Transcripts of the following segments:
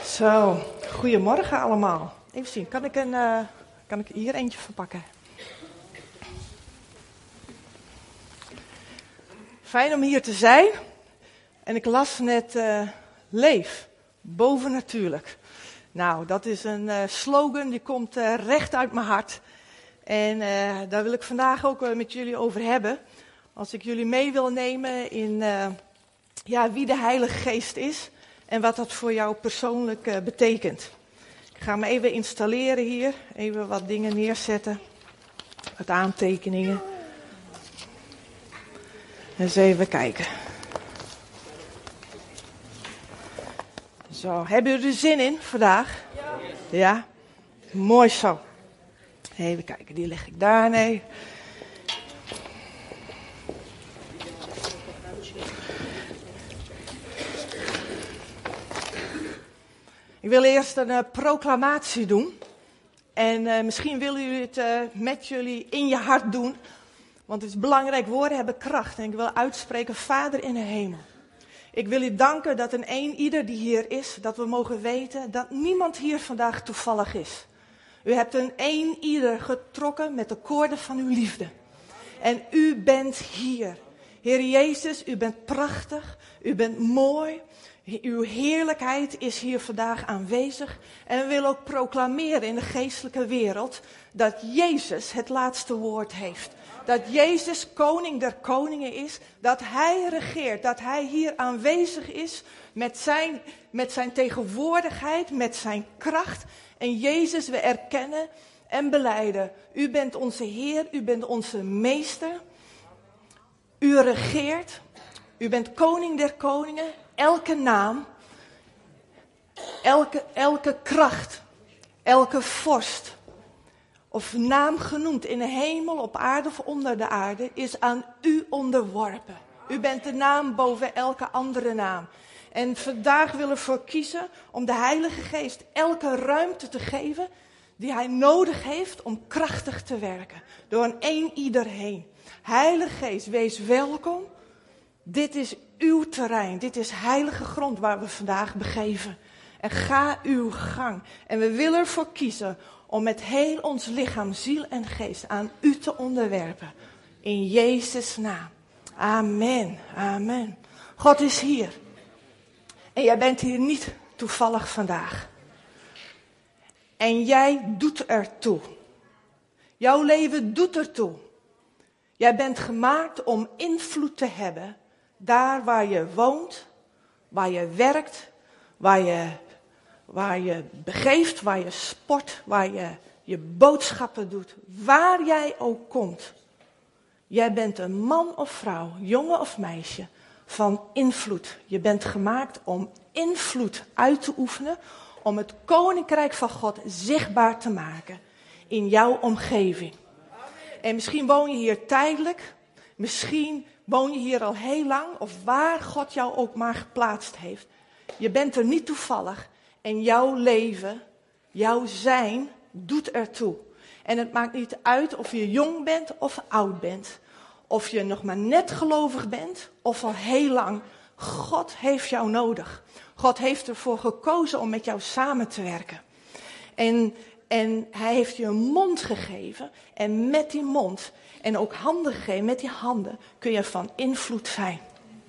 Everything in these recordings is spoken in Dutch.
Zo, goedemorgen allemaal. Even zien, kan ik hier eentje verpakken? Fijn om hier te zijn. En ik las net, leef, bovennatuurlijk. Nou, dat is een slogan die komt recht uit mijn hart. En daar wil ik vandaag ook met jullie over hebben. Als ik jullie mee wil nemen in wie de Heilige Geest is en wat dat voor jou persoonlijk betekent. Ik ga me even installeren hier, even wat dingen neerzetten, wat aantekeningen. Eens even kijken. Zo, hebben jullie er zin in vandaag? Ja? Mooi zo. Even kijken, die leg ik daar, nee. Ik wil eerst een proclamatie doen. En misschien willen jullie het met jullie in je hart doen. Want het is belangrijk, woorden hebben kracht. En ik wil uitspreken, Vader in de hemel. Ik wil u danken dat een ieder die hier is, dat we mogen weten dat niemand hier vandaag toevallig is. U hebt een ieder getrokken met de koorden van uw liefde. En u bent hier. Heer Jezus, u bent prachtig, u bent mooi. Uw heerlijkheid is hier vandaag aanwezig. En we willen ook proclameren in de geestelijke wereld dat Jezus het laatste woord heeft. Dat Jezus koning der koningen is. Dat hij regeert. Dat hij hier aanwezig is met zijn tegenwoordigheid, met zijn kracht. En Jezus, we erkennen en belijden. U bent onze Heer, u bent onze meester. U regeert. U bent koning der koningen. Elke naam, elke kracht, elke vorst, of naam genoemd in de hemel, op aarde of onder de aarde, is aan u onderworpen. U bent de naam boven elke andere naam. En vandaag willen we ervoor kiezen om de Heilige Geest elke ruimte te geven die hij nodig heeft om krachtig te werken. Door een ieder heen. Heilige Geest, wees welkom. Dit is uw terrein, dit is heilige grond waar we vandaag begeven. En ga uw gang. En we willen ervoor kiezen om met heel ons lichaam, ziel en geest aan u te onderwerpen. In Jezus' naam. Amen, amen. God is hier. En jij bent hier niet toevallig vandaag. En jij doet ertoe. Jouw leven doet ertoe. Jij bent gemaakt om invloed te hebben. Daar waar je woont, waar je werkt, waar je begeeft, waar je sport, waar je boodschappen doet. Waar jij ook komt. Jij bent een man of vrouw, jongen of meisje van invloed. Je bent gemaakt om invloed uit te oefenen. Om het koninkrijk van God zichtbaar te maken in jouw omgeving. En misschien woon je hier tijdelijk. Misschien woon je hier al heel lang, of waar God jou ook maar geplaatst heeft. Je bent er niet toevallig. En jouw leven, jouw zijn, doet ertoe. En het maakt niet uit of je jong bent of oud bent. Of je nog maar net gelovig bent, of al heel lang. God heeft jou nodig. God heeft ervoor gekozen om met jou samen te werken. En hij heeft je een mond gegeven. En met die mond, en ook handen gegeven, met die handen kun je van invloed zijn.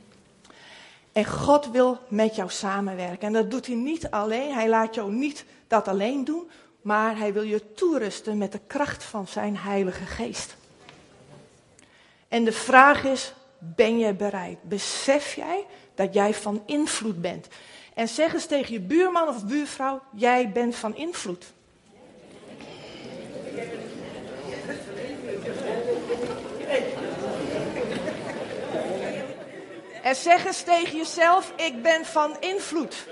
En God wil met jou samenwerken. En dat doet hij niet alleen. Hij laat jou niet dat alleen doen. Maar hij wil je toerusten met de kracht van zijn Heilige Geest. En de vraag is, ben je bereid? Besef jij dat jij van invloed bent? En zeg eens tegen je buurman of buurvrouw, jij bent van invloed. En zeg eens tegen jezelf, ik ben van invloed.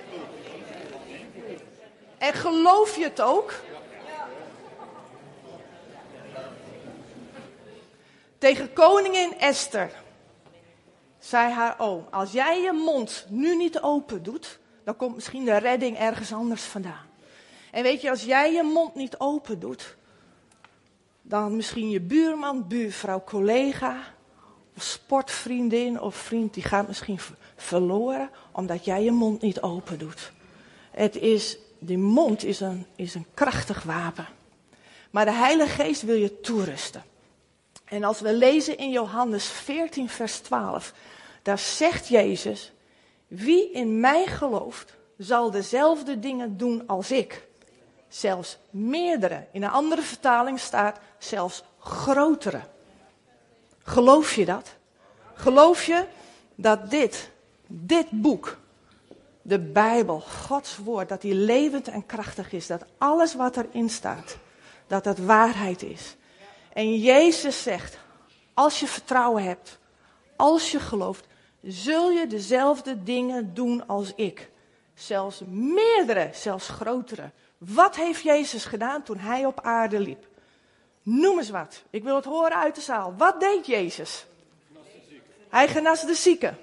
En geloof je het ook? Tegen koningin Esther zei haar oom, als jij je mond nu niet open doet, dan komt misschien de redding ergens anders vandaan. En weet je, als jij je mond niet open doet, dan misschien je buurman, buurvrouw, collega, of sportvriendin of vriend, die gaat misschien verloren, omdat jij je mond niet open doet. Die mond is een krachtig wapen. Maar de Heilige Geest wil je toerusten. En als we lezen in Johannes 14 vers 12, daar zegt Jezus, wie in mij gelooft, zal dezelfde dingen doen als ik. Zelfs meerdere. In een andere vertaling staat zelfs grotere. Geloof je dat? Geloof je dat dit boek, de Bijbel, Gods woord, dat die levend en krachtig is. Dat alles wat erin staat, dat het waarheid is. En Jezus zegt, als je vertrouwen hebt, als je gelooft, zul je dezelfde dingen doen als ik. Zelfs meerdere, zelfs grotere. Wat heeft Jezus gedaan toen hij op aarde liep? Noem eens wat. Ik wil het horen uit de zaal. Wat deed Jezus? Hij genas de zieken.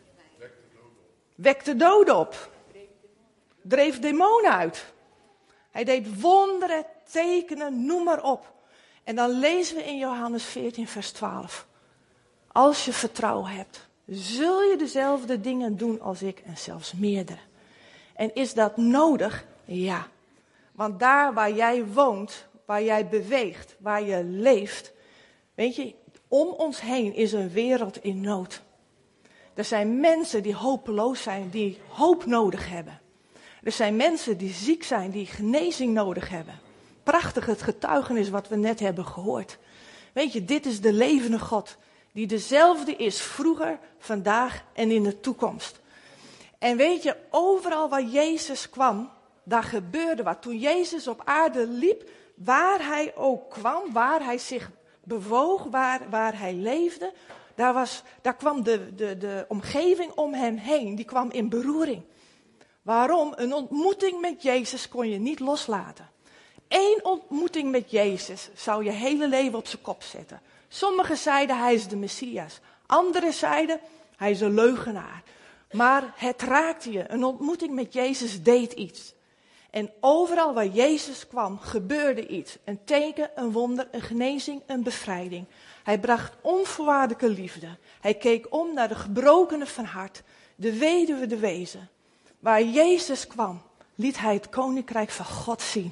Wekte doden op. Dreef demonen uit. Hij deed wonderen, tekenen, noem maar op. En dan lezen we in Johannes 14 vers 12. Als je vertrouwen hebt, zul je dezelfde dingen doen als ik en zelfs meerdere. En is dat nodig? Ja. Want daar waar jij woont, waar jij beweegt, waar je leeft, weet je, om ons heen is een wereld in nood. Er zijn mensen die hopeloos zijn, die hoop nodig hebben. Er zijn mensen die ziek zijn, die genezing nodig hebben. Prachtig het getuigenis wat we net hebben gehoord. Weet je, dit is de levende God, die dezelfde is vroeger, vandaag en in de toekomst. En weet je, overal waar Jezus kwam, daar gebeurde wat. Toen Jezus op aarde liep, waar hij ook kwam, waar hij zich bewoog, waar hij leefde, daar kwam de omgeving om hem heen, die kwam in beroering. Waarom? Een ontmoeting met Jezus kon je niet loslaten. Eén ontmoeting met Jezus zou je hele leven op zijn kop zetten. Sommigen zeiden hij is de Messias. Anderen zeiden hij is een leugenaar. Maar het raakte je. Een ontmoeting met Jezus deed iets. En overal waar Jezus kwam gebeurde iets. Een teken, een wonder, een genezing, een bevrijding. Hij bracht onvoorwaardelijke liefde. Hij keek om naar de gebrokenen van hart. De weduwe, de wezen. Waar Jezus kwam, liet hij het koninkrijk van God zien.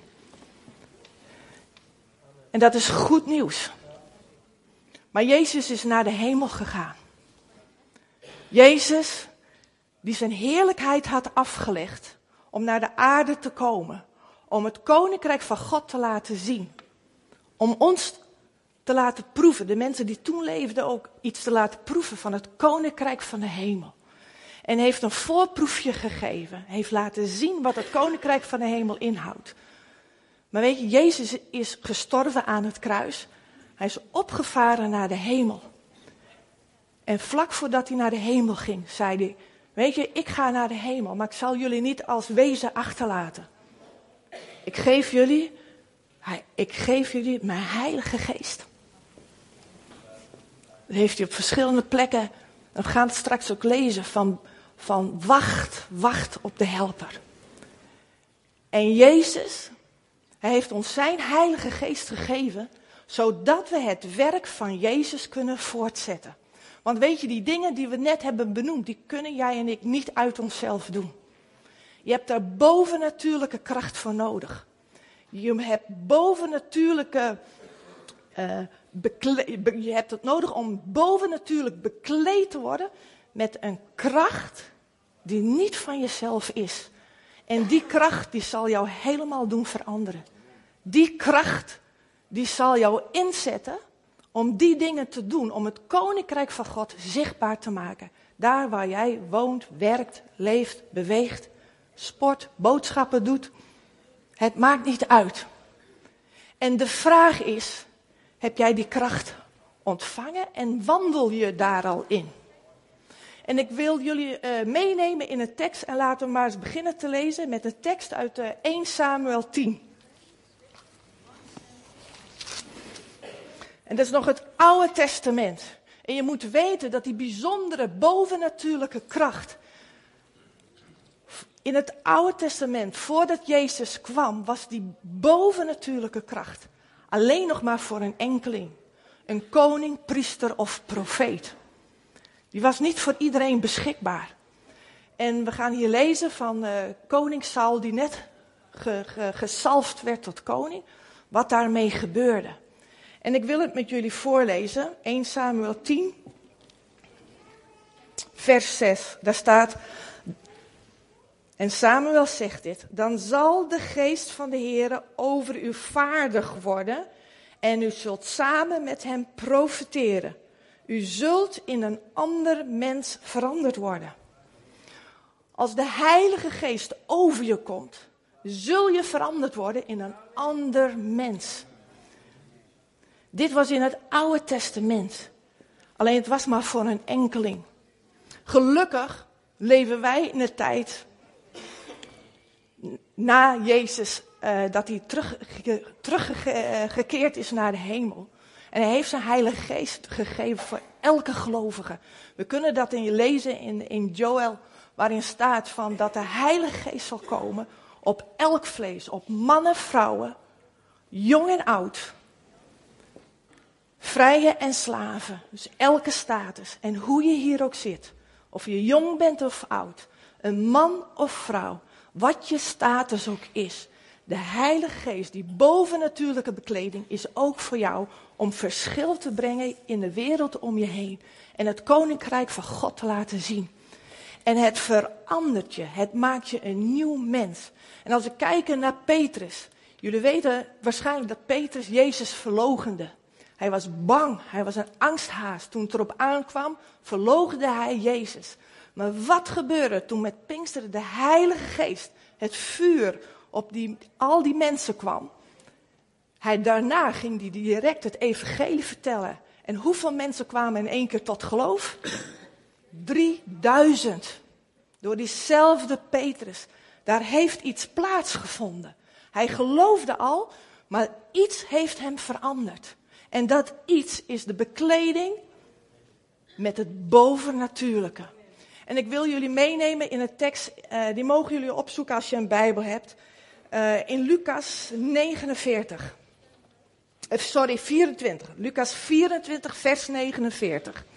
En dat is goed nieuws. Maar Jezus is naar de hemel gegaan. Jezus, die zijn heerlijkheid had afgelegd om naar de aarde te komen. Om het koninkrijk van God te laten zien. Om ons te laten proeven, de mensen die toen leefden ook iets te laten proeven van het koninkrijk van de hemel. En heeft een voorproefje gegeven. Heeft laten zien wat het koninkrijk van de hemel inhoudt. Maar weet je, Jezus is gestorven aan het kruis. Hij is opgevaren naar de hemel. En vlak voordat hij naar de hemel ging, zei hij, weet je, ik ga naar de hemel, maar ik zal jullie niet als wezen achterlaten. Ik geef jullie mijn Heilige Geest. Dat heeft hij op verschillende plekken. We gaan het straks ook lezen van wacht op de helper. En Jezus, hij heeft ons zijn Heilige Geest gegeven, zodat we het werk van Jezus kunnen voortzetten. Want weet je, die dingen die we net hebben benoemd, die kunnen jij en ik niet uit onszelf doen. Je hebt daar bovennatuurlijke kracht voor nodig. Je hebt bovennatuurlijke, je hebt het nodig om bovennatuurlijk bekleed te worden met een kracht die niet van jezelf is. En die kracht die zal jou helemaal doen veranderen. Die kracht die zal jou inzetten om die dingen te doen, om het koninkrijk van God zichtbaar te maken. Daar waar jij woont, werkt, leeft, beweegt, sport, boodschappen doet. Het maakt niet uit. En de vraag is, heb jij die kracht ontvangen en wandel je daar al in? En ik wil jullie meenemen in een tekst en laten we maar eens beginnen te lezen met een tekst uit 1 Samuel 10. En dat is nog het Oude Testament. En je moet weten dat die bijzondere bovennatuurlijke kracht in het Oude Testament, voordat Jezus kwam, was die bovennatuurlijke kracht alleen nog maar voor een enkeling. Een koning, priester of profeet. Die was niet voor iedereen beschikbaar. En we gaan hier lezen van koning Saul die net gezalfd werd tot koning. Wat daarmee gebeurde. En ik wil het met jullie voorlezen. 1 Samuel 10. Vers 6. Daar staat. En Samuel zegt dit. Dan zal de geest van de Heere over u vaardig worden. En u zult samen met hem profeteren. U zult in een ander mens veranderd worden. Als de Heilige Geest over je komt, zul je veranderd worden in een ander mens. Dit was in het Oude Testament. Alleen het was maar voor een enkeling. Gelukkig leven wij in de tijd na Jezus, dat hij teruggekeerd is naar de hemel. En hij heeft zijn Heilige Geest gegeven voor elke gelovige. We kunnen dat lezen in Joël, waarin staat van dat de Heilige Geest zal komen op elk vlees, op mannen, vrouwen, jong en oud, vrije en slaven. Dus elke status en hoe je hier ook zit, of je jong bent of oud, een man of vrouw, wat je status ook is. De Heilige Geest, die bovennatuurlijke bekleding, is ook voor jou om verschil te brengen in de wereld om je heen. En het koninkrijk van God te laten zien. En het verandert je, het maakt je een nieuw mens. En als we kijken naar Petrus, jullie weten waarschijnlijk dat Petrus Jezus verloochende. Hij was bang, hij was een angsthaas. Toen het erop aankwam, verloochende hij Jezus. Maar wat gebeurde toen met Pinksteren de Heilige Geest, het vuur op al die mensen kwam? Daarna ging hij direct het evangelie vertellen. En hoeveel mensen kwamen in één keer tot geloof? 3000. Door diezelfde Petrus. Daar heeft iets plaatsgevonden. Hij geloofde al, maar iets heeft hem veranderd. En dat iets is de bekleding met het bovennatuurlijke. En ik wil jullie meenemen in een tekst, die mogen jullie opzoeken als je een Bijbel hebt. In Lucas 24. Lucas 24, vers 49.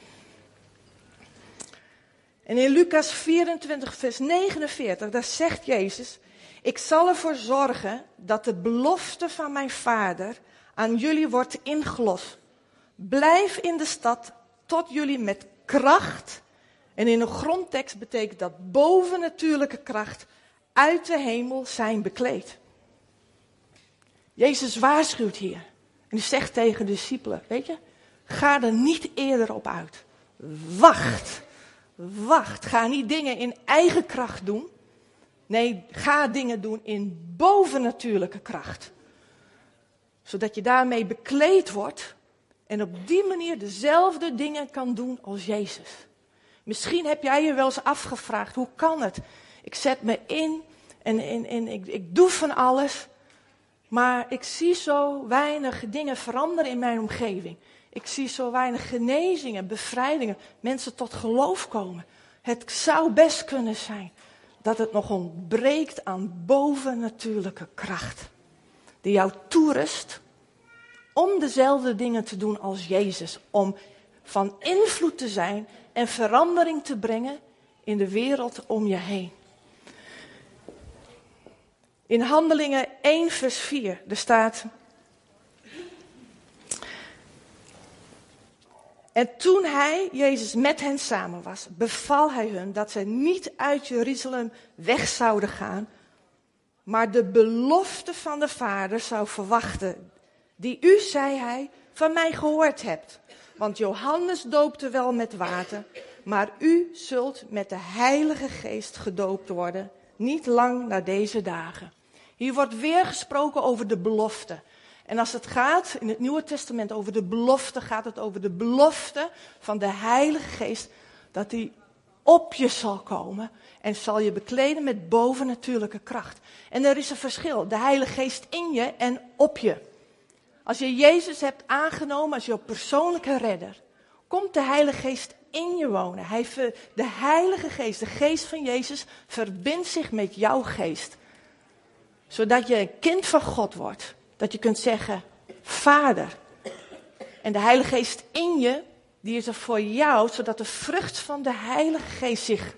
En in Lucas 24, vers 49, daar zegt Jezus: ik zal ervoor zorgen dat de belofte van mijn Vader aan jullie wordt ingelost. Blijf in de stad tot jullie met kracht, en in de grondtekst betekent dat bovennatuurlijke kracht, uit de hemel zijn bekleed. Jezus waarschuwt hier. En hij zegt tegen de discipelen, weet je, ga er niet eerder op uit. Wacht. Ga niet dingen in eigen kracht doen. Nee, ga dingen doen in bovennatuurlijke kracht. Zodat je daarmee bekleed wordt en op die manier dezelfde dingen kan doen als Jezus. Misschien heb jij je wel eens afgevraagd, hoe kan het? Ik zet me in en ik doe van alles. Maar ik zie zo weinig dingen veranderen in mijn omgeving. Ik zie zo weinig genezingen, bevrijdingen, mensen tot geloof komen. Het zou best kunnen zijn dat het nog ontbreekt aan bovennatuurlijke kracht. Die jou toerust om dezelfde dingen te doen als Jezus. Om van invloed te zijn en verandering te brengen in de wereld om je heen. In Handelingen 1 vers 4, er staat: en toen hij, Jezus, met hen samen was, beval hij hun dat zij niet uit Jeruzalem weg zouden gaan, maar de belofte van de Vader zou verwachten, die u, zei hij, van mij gehoord hebt. Want Johannes doopte wel met water, maar u zult met de Heilige Geest gedoopt worden, niet lang na deze dagen. Hier wordt weer gesproken over de belofte. En als het gaat in het Nieuwe Testament over de belofte, gaat het over de belofte van de Heilige Geest, dat die op je zal komen en zal je bekleden met bovennatuurlijke kracht. En er is een verschil, de Heilige Geest in je en op je. Als je Jezus hebt aangenomen als jouw persoonlijke redder, komt de Heilige Geest in je wonen. De Heilige Geest, de geest van Jezus, verbindt zich met jouw geest. Zodat je een kind van God wordt. Dat je kunt zeggen, Vader. En de Heilige Geest in je Die is er voor jou, zodat de vrucht van de Heilige Geest zich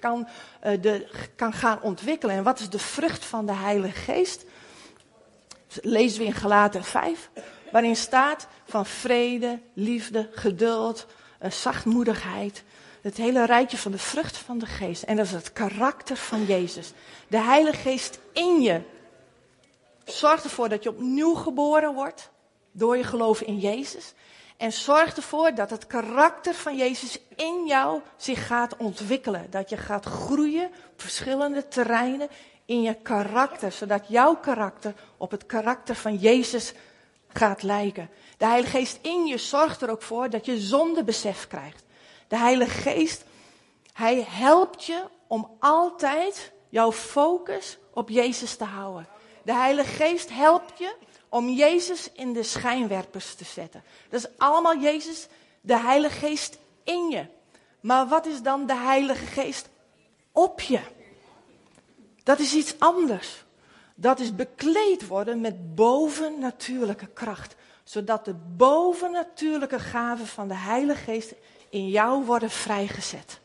kan gaan ontwikkelen. En wat is de vrucht van de Heilige Geest? Dat lezen we in Galaten 5, waarin staat van vrede, liefde, geduld, zachtmoedigheid. Het hele rijtje van de vrucht van de Geest. En dat is het karakter van Jezus. De Heilige Geest in je zorgt ervoor dat je opnieuw geboren wordt door je geloof in Jezus. En zorg ervoor dat het karakter van Jezus in jou zich gaat ontwikkelen. Dat je gaat groeien op verschillende terreinen in je karakter. Zodat jouw karakter op het karakter van Jezus gaat lijken. De Heilige Geest in je zorgt er ook voor dat je zondebesef krijgt. De Heilige Geest, hij helpt je om altijd jouw focus op Jezus te houden. De Heilige Geest helpt je om Jezus in de schijnwerpers te zetten. Dat is allemaal Jezus, de Heilige Geest in je. Maar wat is dan de Heilige Geest op je? Dat is iets anders. Dat is bekleed worden met bovennatuurlijke kracht. Zodat de bovennatuurlijke gaven van de Heilige Geest in jou worden vrijgezet.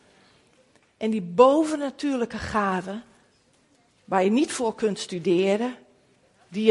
En die bovennatuurlijke gaven, waar je niet voor kunt studeren, die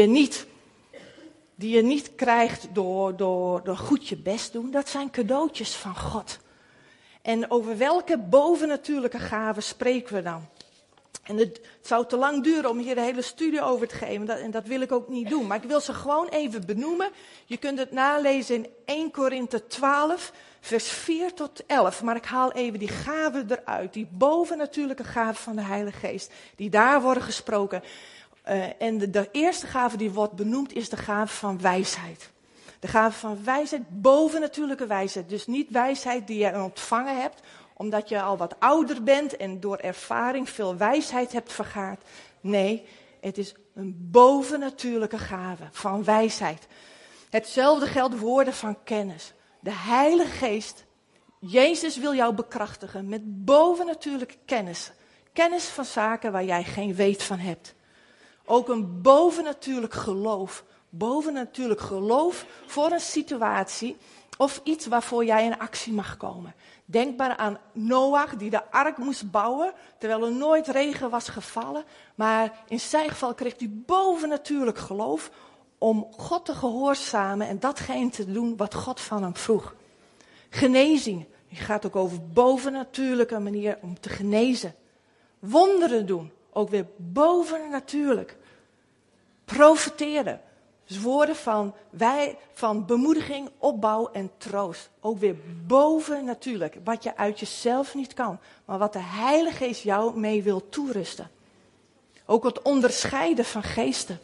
je niet krijgt door goed je best doen, dat zijn cadeautjes van God. En over welke bovennatuurlijke gaven spreken we dan? En het zou te lang duren om hier de hele studie over te geven. En dat wil ik ook niet doen. Maar ik wil ze gewoon even benoemen. Je kunt het nalezen in 1 Korinthe 12, vers 4 tot 11. Maar ik haal even die gaven eruit. Die bovennatuurlijke gaven van de Heilige Geest. Die daar worden gesproken. En de eerste gave die wordt benoemd is de gave van wijsheid. De gave van wijsheid, bovennatuurlijke wijsheid. Dus niet wijsheid die je ontvangen hebt, omdat je al wat ouder bent en door ervaring veel wijsheid hebt vergaard. Nee, het is een bovennatuurlijke gave van wijsheid. Hetzelfde geldt woorden van kennis. De Heilige Geest, Jezus wil jou bekrachtigen met bovennatuurlijke kennis. Kennis van zaken waar jij geen weet van hebt. Ook een bovennatuurlijk geloof. Bovennatuurlijk geloof voor een situatie of iets waarvoor jij in actie mag komen. Denk maar aan Noach die de ark moest bouwen, terwijl er nooit regen was gevallen. Maar in zijn geval kreeg hij bovennatuurlijk geloof om God te gehoorzamen en datgene te doen wat God van hem vroeg. Genezing, die gaat ook over bovennatuurlijke manier om te genezen. Wonderen doen, ook weer bovennatuurlijk. Profeteren. Dus woorden van bemoediging, opbouw en troost. Ook weer bovennatuurlijk. Wat je uit jezelf niet kan. Maar wat de Heilige Geest jou mee wil toerusten. Ook het onderscheiden van geesten.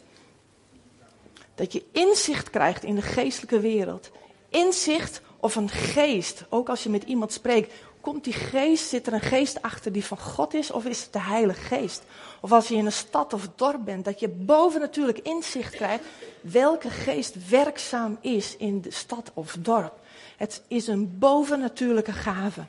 Dat je inzicht krijgt in de geestelijke wereld. Inzicht of een geest. Ook als je met iemand spreekt. Komt die geest, zit er een geest achter die van God is of is het de Heilige Geest? Of als je in een stad of dorp bent, dat je bovennatuurlijk inzicht krijgt welke geest werkzaam is in de stad of dorp. Het is een bovennatuurlijke gave.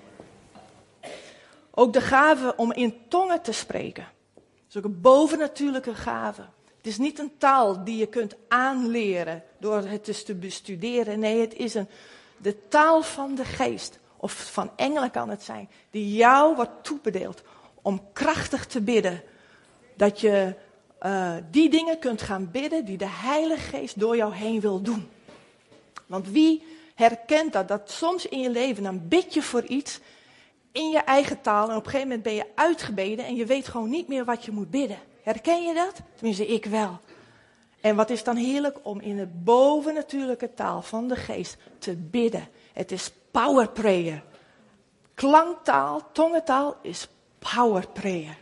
Ook de gave om in tongen te spreken. Dat is ook een bovennatuurlijke gave. Het is niet een taal die je kunt aanleren door het te bestuderen. Nee, het is de taal van de geest. Of van engelen kan het zijn, die jou wordt toebedeeld om krachtig te bidden. Dat je die dingen kunt gaan bidden die de Heilige Geest door jou heen wil doen. Want wie herkent dat soms in je leven, dan bid je voor iets in je eigen taal. En op een gegeven moment ben je uitgebeden en je weet gewoon niet meer wat je moet bidden. Herken je dat? Tenminste, ik wel. En wat is dan heerlijk om in de bovennatuurlijke taal van de Geest te bidden. Het is power prayer. Klanktaal, tongentaal is power prayer.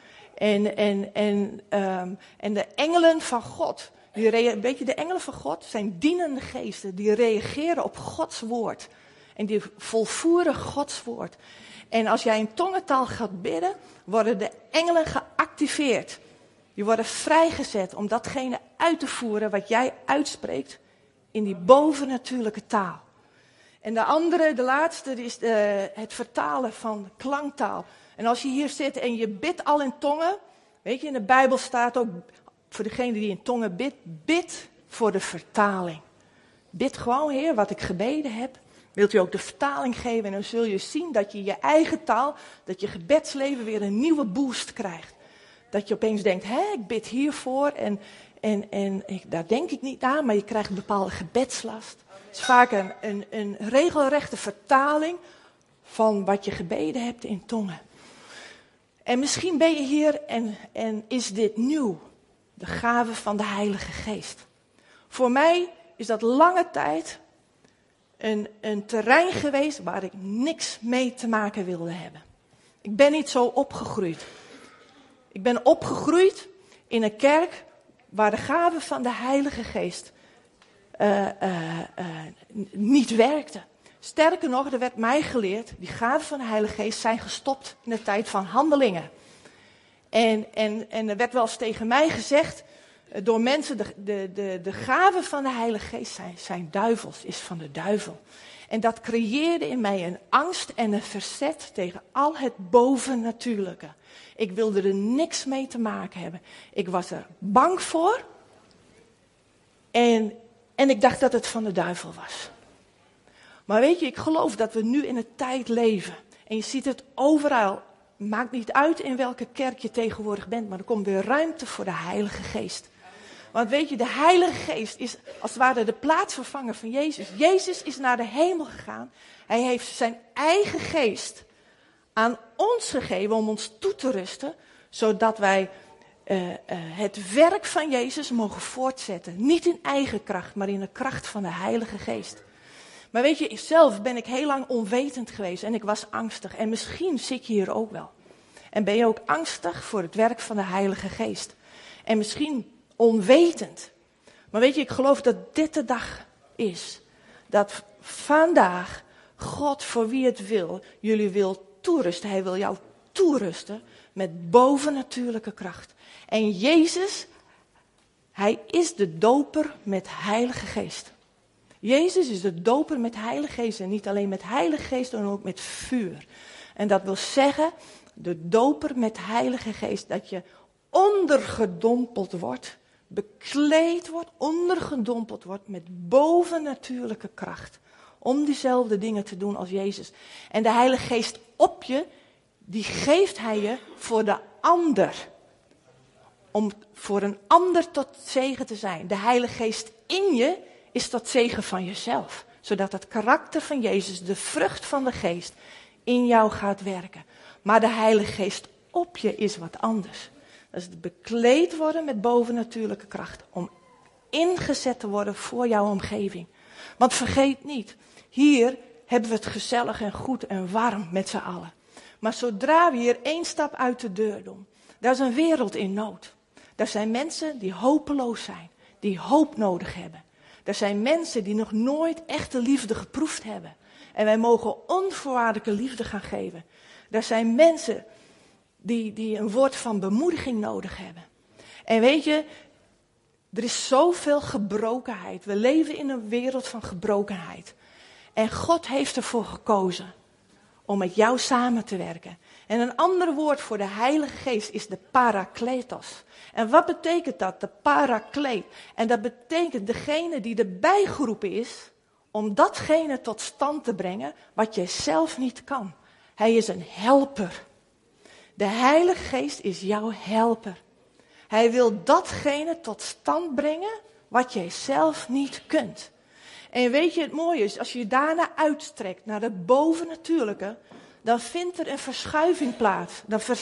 En de engelen van God, weet je, de engelen van God zijn dienende geesten. Die reageren op Gods woord. En die volvoeren Gods woord. En als jij in tongentaal gaat bidden, worden de engelen geactiveerd. Die worden vrijgezet om datgene uit te voeren wat jij uitspreekt in die bovennatuurlijke taal. En de laatste, is het vertalen van klanktaal. En als je hier zit en je bidt al in tongen, weet je, in de Bijbel staat ook, voor degene die in tongen bidt, bid voor de vertaling. Bid gewoon, Heer, wat ik gebeden heb, Wilt u ook de vertaling geven en dan zul je zien dat je je eigen taal, dat je gebedsleven weer een nieuwe boost krijgt. Dat je opeens denkt, ik bid hiervoor en daar denk ik niet aan, maar je krijgt een bepaalde gebedslast. Het is vaak een regelrechte vertaling van wat je gebeden hebt in tongen. En misschien ben je hier en is dit nieuw, de gave van de Heilige Geest. Voor mij is dat lange tijd een terrein geweest waar ik niks mee te maken wilde hebben. Ik ben niet zo opgegroeid. Ik ben opgegroeid in een kerk waar de gave van de Heilige Geest niet werkte. Sterker nog, er werd mij geleerd, die gaven van de Heilige Geest zijn gestopt in de tijd van Handelingen. En er werd wel eens tegen mij gezegd door mensen, de gaven van de Heilige Geest zijn duivels, is van de duivel. En dat creëerde in mij een angst en een verzet tegen al het bovennatuurlijke. Ik wilde er niks mee te maken hebben. Ik was er bang voor. En ik dacht dat het van de duivel was. Maar weet je, ik geloof dat we nu in een tijd leven. En je ziet het overal. Maakt niet uit in welke kerk je tegenwoordig bent. Maar er komt weer ruimte voor de Heilige Geest. Want weet je, de Heilige Geest is als het ware de plaatsvervanger van Jezus. Jezus is naar de hemel gegaan. Hij heeft zijn eigen geest aan ons gegeven om ons toe te rusten. Zodat wij het werk van Jezus mogen voortzetten. Niet in eigen kracht, maar in de kracht van de Heilige Geest. Maar weet je, zelf ben ik heel lang onwetend geweest en ik was angstig. En misschien zit je hier ook wel. En ben je ook angstig voor het werk van de Heilige Geest. En misschien onwetend. Maar weet je, ik geloof dat dit de dag is. Dat vandaag God voor wie het wil, jullie wil toerusten. Hij wil jou toerusten met bovennatuurlijke kracht. En Jezus, hij is de doper met Heilige Geest. Jezus is de doper met Heilige Geest. En niet alleen met Heilige Geest, maar ook met vuur. En dat wil zeggen, de doper met Heilige Geest, dat je ondergedompeld wordt, bekleed wordt, ondergedompeld wordt met bovennatuurlijke kracht. Om diezelfde dingen te doen als Jezus. En de Heilige Geest op je, die geeft hij je voor de ander. Om voor een ander tot zegen te zijn. De Heilige Geest in je is tot zegen van jezelf. Zodat het karakter van Jezus, de vrucht van de Geest, in jou gaat werken. Maar de Heilige Geest op je is wat anders. Dat is het bekleed worden met bovennatuurlijke kracht. Om ingezet te worden voor jouw omgeving. Want vergeet niet, hier hebben we het gezellig en goed en warm met z'n allen. Maar zodra we hier 1 stap uit de deur doen, daar is een wereld in nood. Daar zijn mensen die hopeloos zijn, die hoop nodig hebben. Er zijn mensen die nog nooit echte liefde geproefd hebben. En wij mogen onvoorwaardelijke liefde gaan geven. Er zijn mensen die een woord van bemoediging nodig hebben. En weet je, er is zoveel gebrokenheid. We leven in een wereld van gebrokenheid. En God heeft ervoor gekozen om met jou samen te werken. En een ander woord voor de Heilige Geest is de Parakletos. En wat betekent dat, de Parakleet? En dat betekent degene die erbij geroepen is om datgene tot stand te brengen wat jij zelf niet kan. Hij is een helper. De Heilige Geest is jouw helper. Hij wil datgene tot stand brengen wat jij zelf niet kunt. En weet je, het mooie is, als je daarna uitstrekt naar het bovennatuurlijke, dan vindt er een verschuiving plaats.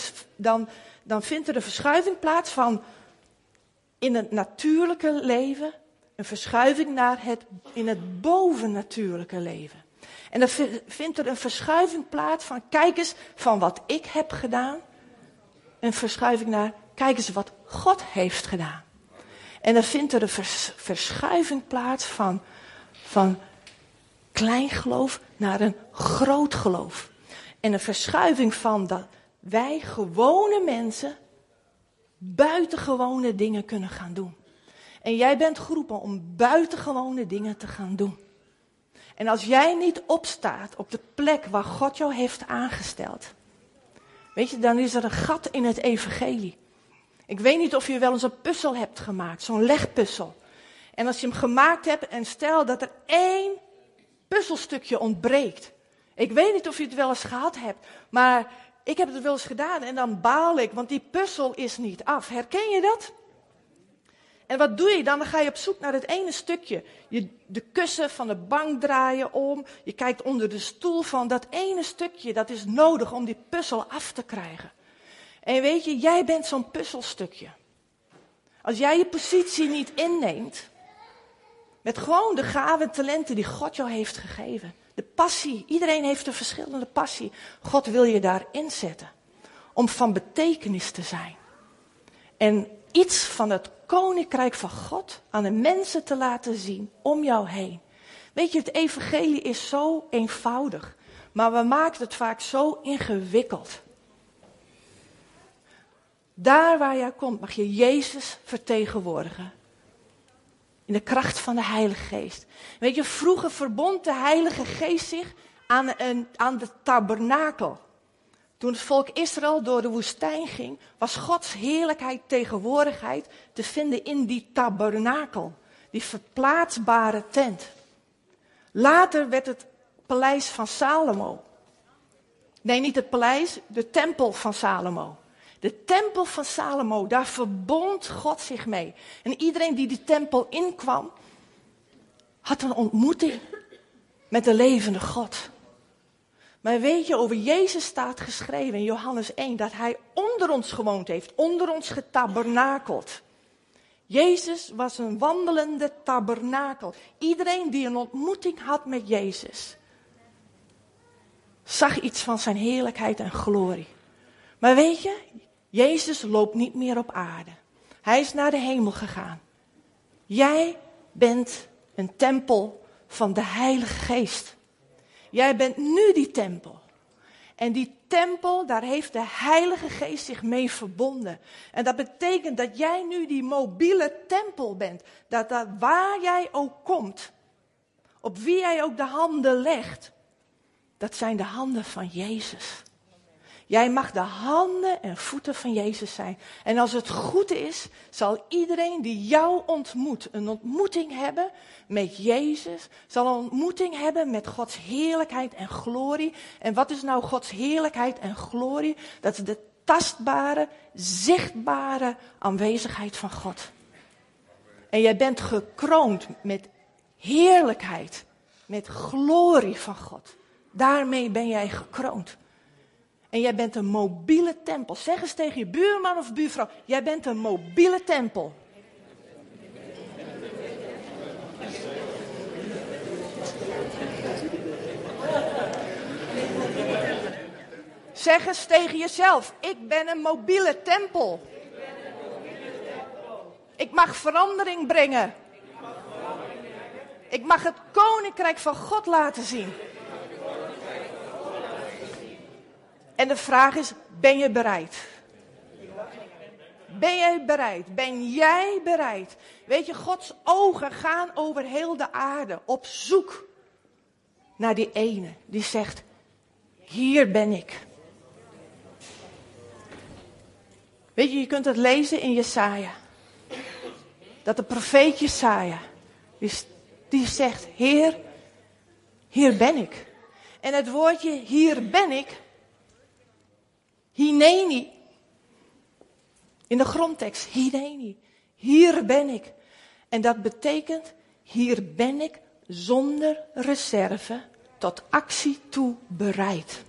Dan vindt er een verschuiving plaats van in het natuurlijke leven, een verschuiving naar in het bovennatuurlijke leven. En dan vindt er een verschuiving plaats van, kijk eens van wat ik heb gedaan. Een verschuiving naar, kijk eens wat God heeft gedaan. En dan vindt er een verschuiving plaats van klein geloof naar een groot geloof. En een verschuiving van dat wij gewone mensen buitengewone dingen kunnen gaan doen. En jij bent geroepen om buitengewone dingen te gaan doen. En als jij niet opstaat op de plek waar God jou heeft aangesteld, weet je, dan is er een gat in het evangelie. Ik weet niet of je wel eens een puzzel hebt gemaakt, zo'n legpuzzel. En als je hem gemaakt hebt en stel dat er 1 puzzelstukje ontbreekt. Ik weet niet of je het wel eens gehad hebt, maar ik heb het wel eens gedaan en dan baal ik, want die puzzel is niet af. Herken je dat? En wat doe je dan? Dan ga je op zoek naar het ene stukje. De kussen van de bank draaien om. Je kijkt onder de stoel van dat ene stukje. Dat is nodig om die puzzel af te krijgen. En weet je, jij bent zo'n puzzelstukje. Als jij je positie niet inneemt. Met gewoon de gaven en talenten die God jou heeft gegeven. De passie. Iedereen heeft een verschillende passie. God wil je daar inzetten. Om van betekenis te zijn. En iets van het koninkrijk van God aan de mensen te laten zien om jou heen. Weet je, het evangelie is zo eenvoudig, maar we maken het vaak zo ingewikkeld. Daar waar jij komt mag je Jezus vertegenwoordigen. In de kracht van de Heilige Geest. Weet je, vroeger verbond de Heilige Geest zich aan de tabernakel. Toen het volk Israël door de woestijn ging, was Gods heerlijkheid, tegenwoordigheid te vinden in die tabernakel. Die verplaatsbare tent. Later werd het paleis van Salomo. Nee, niet het paleis, de tempel van Salomo. De tempel van Salomo, daar verbond God zich mee. En iedereen die die tempel inkwam, had een ontmoeting met de levende God. Maar weet je, over Jezus staat geschreven in Johannes 1, dat hij onder ons gewoond heeft, onder ons getabernakeld. Jezus was een wandelende tabernakel. Iedereen die een ontmoeting had met Jezus, zag iets van zijn heerlijkheid en glorie. Maar weet je, Jezus loopt niet meer op aarde. Hij is naar de hemel gegaan. Jij bent een tempel van de Heilige Geest. Jij bent nu die tempel. En die tempel, daar heeft de Heilige Geest zich mee verbonden. En dat betekent dat jij nu die mobiele tempel bent. Dat waar jij ook komt, op wie jij ook de handen legt, dat zijn de handen van Jezus. Jij mag de handen en voeten van Jezus zijn. En als het goed is, zal iedereen die jou ontmoet een ontmoeting hebben met Jezus. Zal een ontmoeting hebben met Gods heerlijkheid en glorie. En wat is nou Gods heerlijkheid en glorie? Dat is de tastbare, zichtbare aanwezigheid van God. En jij bent gekroond met heerlijkheid, met glorie van God. Daarmee ben jij gekroond. En jij bent een mobiele tempel. Zeg eens tegen je buurman of buurvrouw, jij bent een mobiele tempel. Zeg eens tegen jezelf, ik ben een mobiele tempel. Ik mag verandering brengen. Ik mag het koninkrijk van God laten zien. En de vraag is, ben je bereid? Ben jij bereid? Ben jij bereid? Weet je, Gods ogen gaan over heel de aarde op zoek naar die ene die zegt, hier ben ik. Weet je, je kunt het lezen in Jesaja. Dat de profeet Jesaja, die zegt, Heer, hier ben ik. En het woordje, hier ben ik, Hineni. In de grondtekst, Hineni. Hier ben ik. En dat betekent, hier ben ik zonder reserve tot actie toe bereid.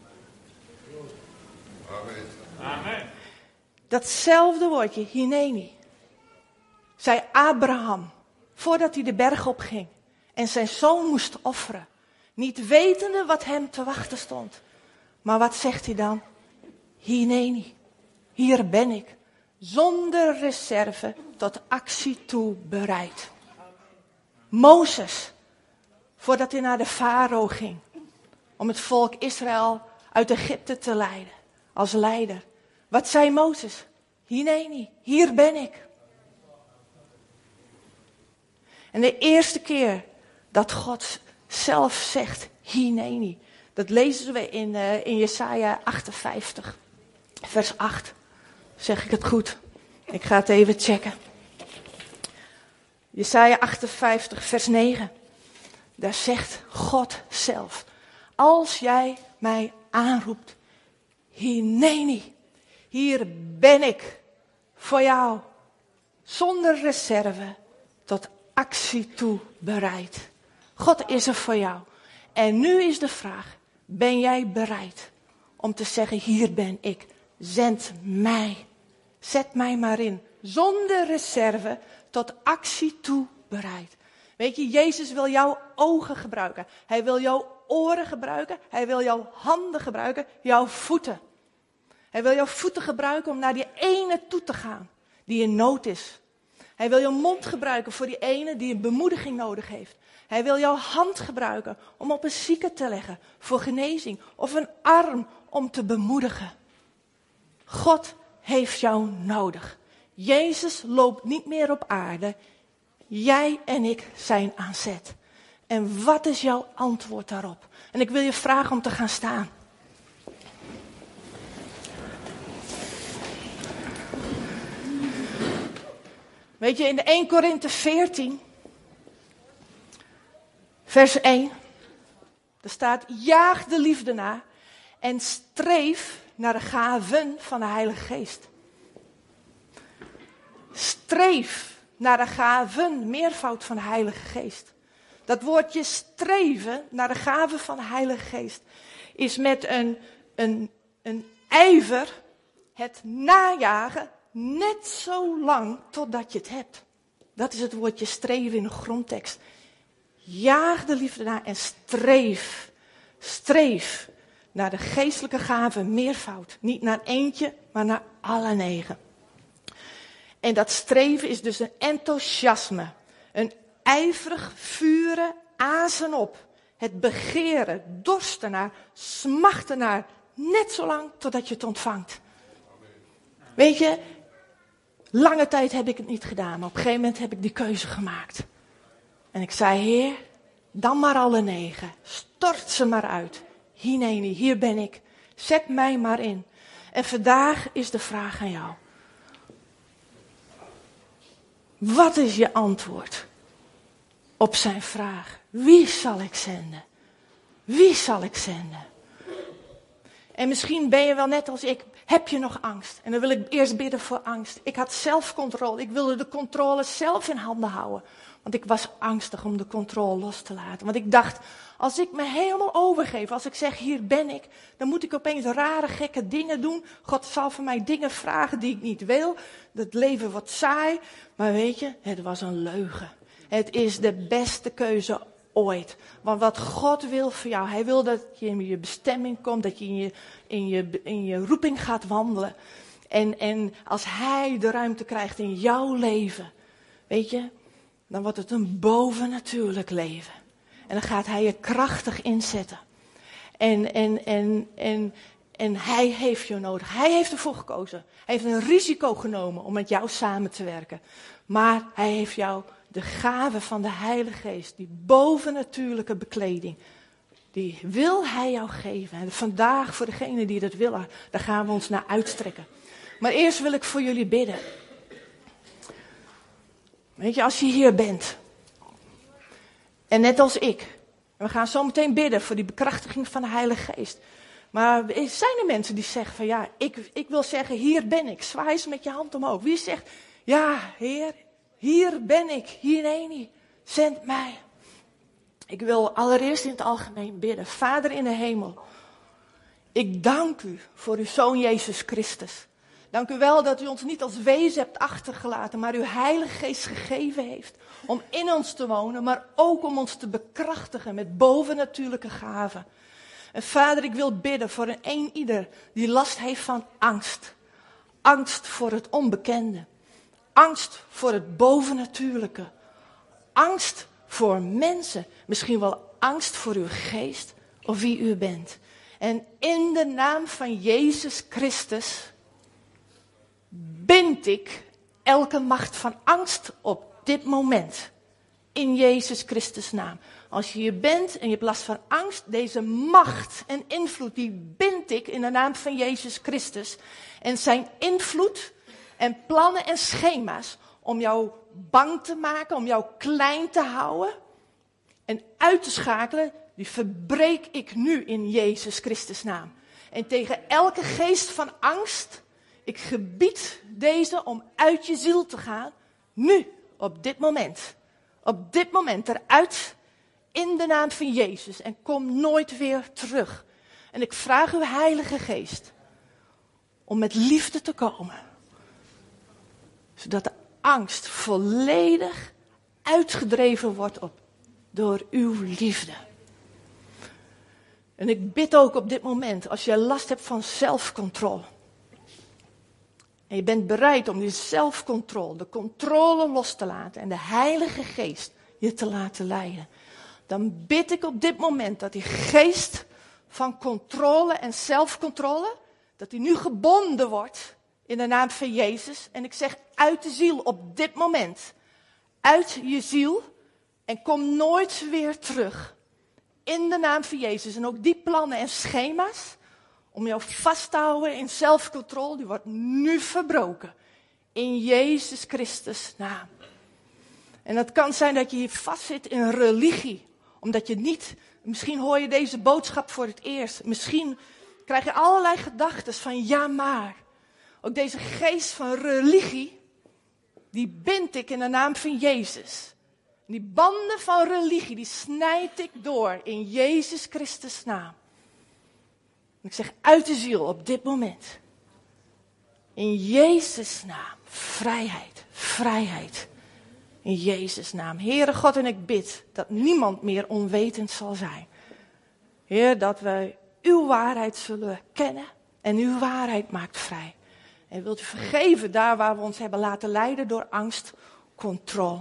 Amen. Datzelfde woordje, Hineni, zei Abraham, voordat hij de berg opging en zijn zoon moest offeren. Niet wetende wat hem te wachten stond. Maar wat zegt hij dan? Hineni, hier ben ik, zonder reserve tot actie toe bereid. Mozes, voordat hij naar de farao ging, om het volk Israël uit Egypte te leiden, als leider. Wat zei Mozes? Hineni, hier ben ik. En de eerste keer dat God zelf zegt, Hineni, dat lezen we in Jesaja 58, vers 8. Zeg ik het goed? Ik ga het even checken. Jesaja 58, vers 9. Daar zegt God zelf. Als jij mij aanroept. Hineni. Hier ben ik. Voor jou. Zonder reserve. Tot actie toe bereid. God is er voor jou. En nu is de vraag. Ben jij bereid om te zeggen, hier ben ik. Zend mij. Zet mij maar in. Zonder reserve tot actie toe bereid. Weet je, Jezus wil jouw ogen gebruiken. Hij wil jouw oren gebruiken. Hij wil jouw handen gebruiken. Jouw voeten. Hij wil jouw voeten gebruiken om naar die ene toe te gaan. Die in nood is. Hij wil jouw mond gebruiken voor die ene die een bemoediging nodig heeft. Hij wil jouw hand gebruiken om op een zieke te leggen voor genezing. Of een arm om te bemoedigen. God heeft jou nodig. Jezus loopt niet meer op aarde. Jij en ik zijn aan zet. En wat is jouw antwoord daarop? En ik wil je vragen om te gaan staan. Weet je, in de 1 Korinthe 14, vers 1, er staat, jaag de liefde na en streef naar de gaven van de Heilige Geest. Streef naar de gaven, meervoud van de Heilige Geest. Dat woordje streven naar de gaven van de Heilige Geest is met een ijver het najagen net zo lang totdat je het hebt. Dat is het woordje streven in de grondtekst. Jaag de liefde na en streef. Streef naar de geestelijke gaven, meervoud. Niet naar eentje, maar naar alle 9. En dat streven is dus een enthousiasme. Een ijverig vuren, azen op. Het begeren, dorsten naar, smachten naar. Net zo lang totdat je het ontvangt. Weet je, lange tijd heb ik het niet gedaan. Maar op een gegeven moment heb ik die keuze gemaakt. En ik zei, Heer, dan maar alle 9. Stort ze maar uit. Hineni, hier ben ik. Zet mij maar in. En vandaag is de vraag aan jou. Wat is je antwoord op zijn vraag? Wie zal ik zenden? Wie zal ik zenden? En misschien ben je wel net als ik, heb je nog angst? En dan wil ik eerst bidden voor angst. Ik had zelfcontrole, ik wilde de controle zelf in handen houden. Want ik was angstig om de controle los te laten. Want ik dacht, als ik me helemaal overgeef, als ik zeg hier ben ik, dan moet ik opeens rare gekke dingen doen. God zal van mij dingen vragen die ik niet wil. Het leven wordt saai. Maar weet je, het was een leugen. Het is de beste keuze ooit. Want wat God wil voor jou, hij wil dat je in je bestemming komt, dat je in je roeping gaat wandelen. En als hij de ruimte krijgt in jouw leven, weet je, dan wordt het een bovennatuurlijk leven. En dan gaat hij je krachtig inzetten. En hij heeft je nodig. Hij heeft ervoor gekozen. Hij heeft een risico genomen om met jou samen te werken. Maar hij heeft jou de gave van de Heilige Geest, die bovennatuurlijke bekleding, die wil hij jou geven. En vandaag, voor degene die dat willen, daar gaan we ons naar uitstrekken. Maar eerst wil ik voor jullie bidden. Weet je, als je hier bent, en net als ik, we gaan zo meteen bidden voor die bekrachtiging van de Heilige Geest. Maar zijn er mensen die zeggen van ja, ik wil zeggen, hier ben ik. Zwaai eens met je hand omhoog. Wie zegt, ja Heer, hier ben ik, Hineni, zend mij. Ik wil allereerst in het algemeen bidden. Vader in de hemel, ik dank u voor uw Zoon Jezus Christus. Dank u wel dat u ons niet als wezen hebt achtergelaten, maar uw Heilige Geest gegeven heeft. Om in ons te wonen, maar ook om ons te bekrachtigen met bovennatuurlijke gaven. En Vader, ik wil bidden voor een ieder die last heeft van angst. Angst voor het onbekende. Angst voor het bovennatuurlijke. Angst voor mensen. Misschien wel angst voor uw geest of wie u bent. En in de naam van Jezus Christus bind ik elke macht van angst op dit moment. In Jezus Christus' naam. Als je hier bent en je hebt last van angst, deze macht en invloed, die bind ik in de naam van Jezus Christus. En zijn invloed en plannen en schema's om jou bang te maken, om jou klein te houden, en uit te schakelen, die verbreek ik nu in Jezus Christus naam. En tegen elke geest van angst, ik gebied deze om uit je ziel te gaan, nu, op dit moment. Op dit moment eruit, in de naam van Jezus. En kom nooit weer terug. En ik vraag uw Heilige Geest om met liefde te komen. Zodat de angst volledig uitgedreven wordt door uw liefde. En ik bid ook op dit moment, als je last hebt van zelfcontrole. En je bent bereid om die zelfcontrole, de controle los te laten. En de Heilige Geest je te laten leiden. Dan bid ik op dit moment dat die geest van controle en zelfcontrole, dat die nu gebonden wordt in de naam van Jezus. En ik zeg uit de ziel op dit moment. Uit je ziel en kom nooit weer terug. In de naam van Jezus. En ook die plannen en schema's om jou vast te houden in zelfcontrole, die wordt nu verbroken. In Jezus Christus naam. En het kan zijn dat je hier vastzit in religie. Omdat je niet, misschien hoor je deze boodschap voor het eerst. Misschien krijg je allerlei gedachten van ja maar. Ook deze geest van religie, die bind ik in de naam van Jezus. Die banden van religie, die snijd ik door in Jezus Christus naam. Ik zeg uit de ziel op dit moment. In Jezus naam, vrijheid, vrijheid. In Jezus naam. Heere God, en ik bid dat niemand meer onwetend zal zijn. Heer, dat wij uw waarheid zullen kennen en uw waarheid maakt vrij. En wilt u vergeven daar waar we ons hebben laten leiden door angst, controle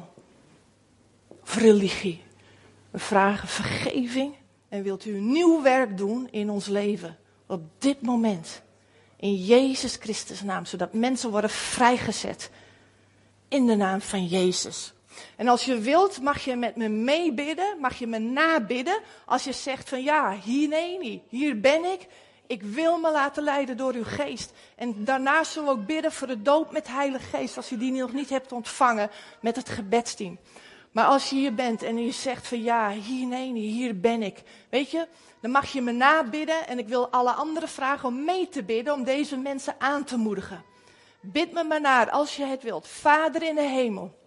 of religie. We vragen vergeving en wilt u een nieuw werk doen in ons leven. Op dit moment. In Jezus Christus naam. Zodat mensen worden vrijgezet. In de naam van Jezus. En als je wilt, mag je met me meebidden. Mag je me nabidden. Als je zegt van ja, hier ben ik. Ik wil me laten leiden door uw geest. En daarna zullen we ook bidden voor de doop met Heilige Geest. Als je die nog niet hebt ontvangen met het gebedsteam. Maar als je hier bent en je zegt van ja, hier ben ik. Weet je, dan mag je me nabidden. En ik wil alle anderen vragen om mee te bidden. Om deze mensen aan te moedigen. Bid me maar naar als je het wilt. Vader in de hemel.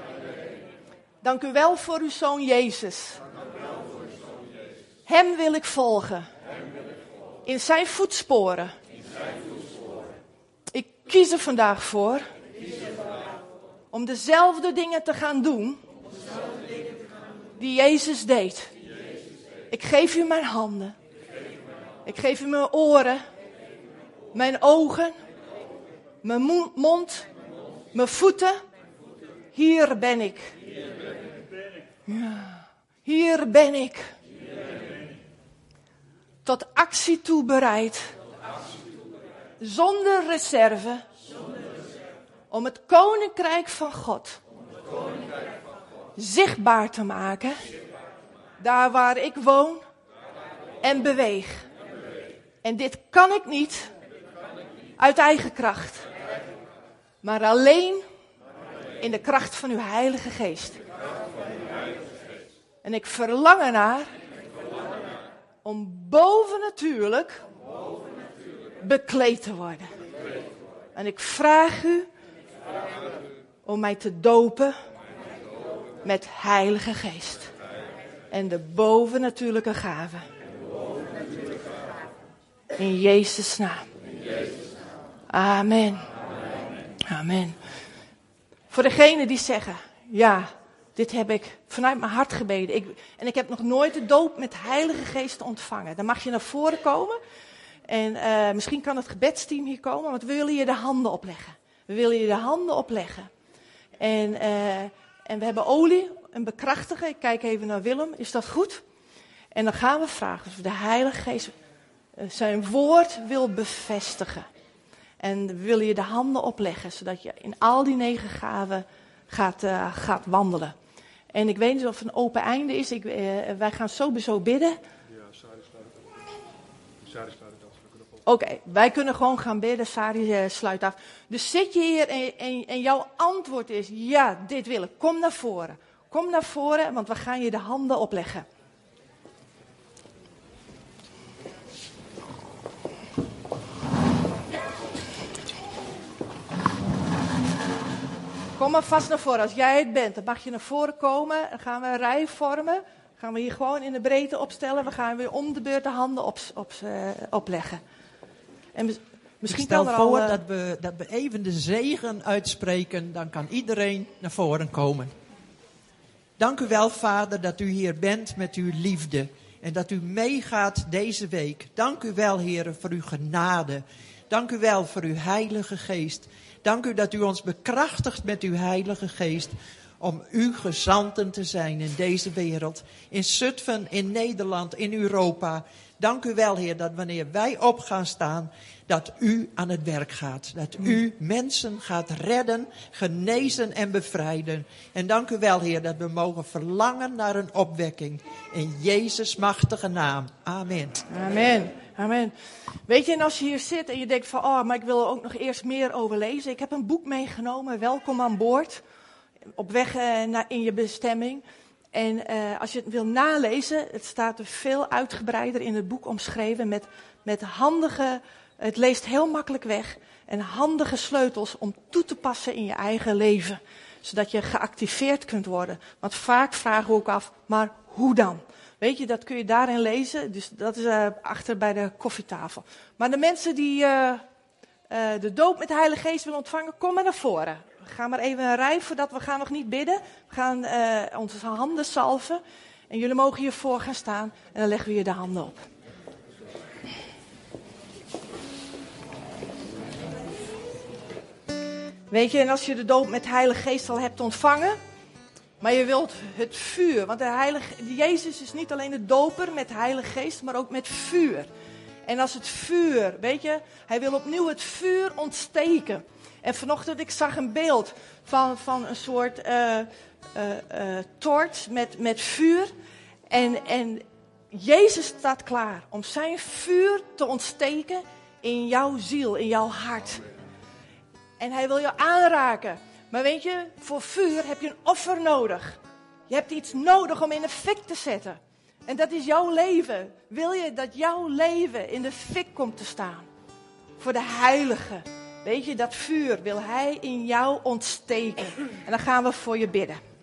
Dank u wel voor uw Zoon Jezus. Hem wil ik volgen. In zijn voetsporen. Ik kies er vandaag voor. Om dezelfde dingen te gaan doen. Die Jezus deed. Ik geef u mijn handen. Ik geef u mijn oren. Mijn ogen. Mijn mond. Mijn voeten. Hier ben ik. Ja, hier ben ik. Tot actie toe bereid. Zonder reserve. Om het koninkrijk van God zichtbaar te maken. Daar waar ik woon en beweeg. En dit kan ik niet uit eigen kracht. Maar alleen in de kracht van uw Heilige Geest. En ik verlang ernaar om bovennatuurlijk bekleed te worden. En ik vraag u om mij te dopen met Heilige Geest. En de bovennatuurlijke gaven. In Jezus' naam. Amen. Amen. Voor degenen die zeggen, ja, dit heb ik vanuit mijn hart gebeden. En ik heb nog nooit de doop met Heilige Geest ontvangen. Dan mag je naar voren komen. En misschien kan het gebedsteam hier komen, want we willen je de handen opleggen. We willen je de handen opleggen. En we hebben olie, een bekrachtiger. Ik kijk even naar Willem, is dat goed? En dan gaan we vragen of de Heilige Geest zijn woord wil bevestigen. En we willen je de handen opleggen, zodat je in al die 9 gaven gaat wandelen. En ik weet niet of het een open einde is. Wij gaan sowieso bidden. Ja, Sari sluit het af. Oké, wij kunnen gewoon gaan bidden. Sari sluit af. Dus zit je hier en jouw antwoord is, ja, dit wil ik. Kom naar voren. Kom naar voren, want we gaan je de handen opleggen. Kom maar vast naar voren. Als jij het bent, dan mag je naar voren komen. Dan gaan we een rij vormen. Dan gaan we hier gewoon in de breedte opstellen. We gaan weer om de beurt de handen opleggen. En misschien Ik stel kan er voor al, dat we even de zegen uitspreken. Dan kan iedereen naar voren komen. Dank u wel, Vader, dat u hier bent met uw liefde. En dat u meegaat deze week. Dank u wel, Heer, voor uw genade. Dank u wel voor uw Heilige Geest. Dank u dat u ons bekrachtigt met uw Heilige Geest. Om uw gezanten te zijn in deze wereld. In Zutphen, in Nederland, in Europa. Dank u wel, Heer, dat wanneer wij op gaan staan, dat u aan het werk gaat. Dat u mensen gaat redden, genezen en bevrijden. En dank u wel, Heer, dat we mogen verlangen naar een opwekking. In Jezus' machtige naam. Amen. Amen. Amen. Weet je, en als je hier zit en je denkt van, oh, maar ik wil er ook nog eerst meer over lezen. Ik heb een boek meegenomen, Welkom aan boord. Op weg in je bestemming. En als je het wil nalezen, het staat er veel uitgebreider in het boek omschreven met handige, het leest heel makkelijk weg. En handige sleutels om toe te passen in je eigen leven. Zodat je geactiveerd kunt worden. Want vaak vragen we ook af, maar hoe dan? Weet je, dat kun je daarin lezen. Dus dat is achter bij de koffietafel. Maar de mensen die de doop met de Heilige Geest willen ontvangen, kom maar naar voren. We gaan maar even een rij voordat we gaan nog niet bidden. We gaan onze handen salven. En jullie mogen hiervoor gaan staan. En dan leggen we je de handen op. Weet je, en als je de doop met de Heilige Geest al hebt ontvangen, maar je wilt het vuur. Want Jezus is niet alleen de doper met de Heilige Geest, maar ook met vuur. En als het vuur, weet je, hij wil opnieuw het vuur ontsteken. En vanochtend, ik zag een beeld van een soort toort met vuur. En Jezus staat klaar om zijn vuur te ontsteken in jouw ziel, in jouw hart. En hij wil je aanraken. Maar weet je, voor vuur heb je een offer nodig. Je hebt iets nodig om in de fik te zetten. En dat is jouw leven. Wil je dat jouw leven in de fik komt te staan? Voor de heilige. Weet je, dat vuur wil hij in jou ontsteken. En dan gaan we voor je bidden.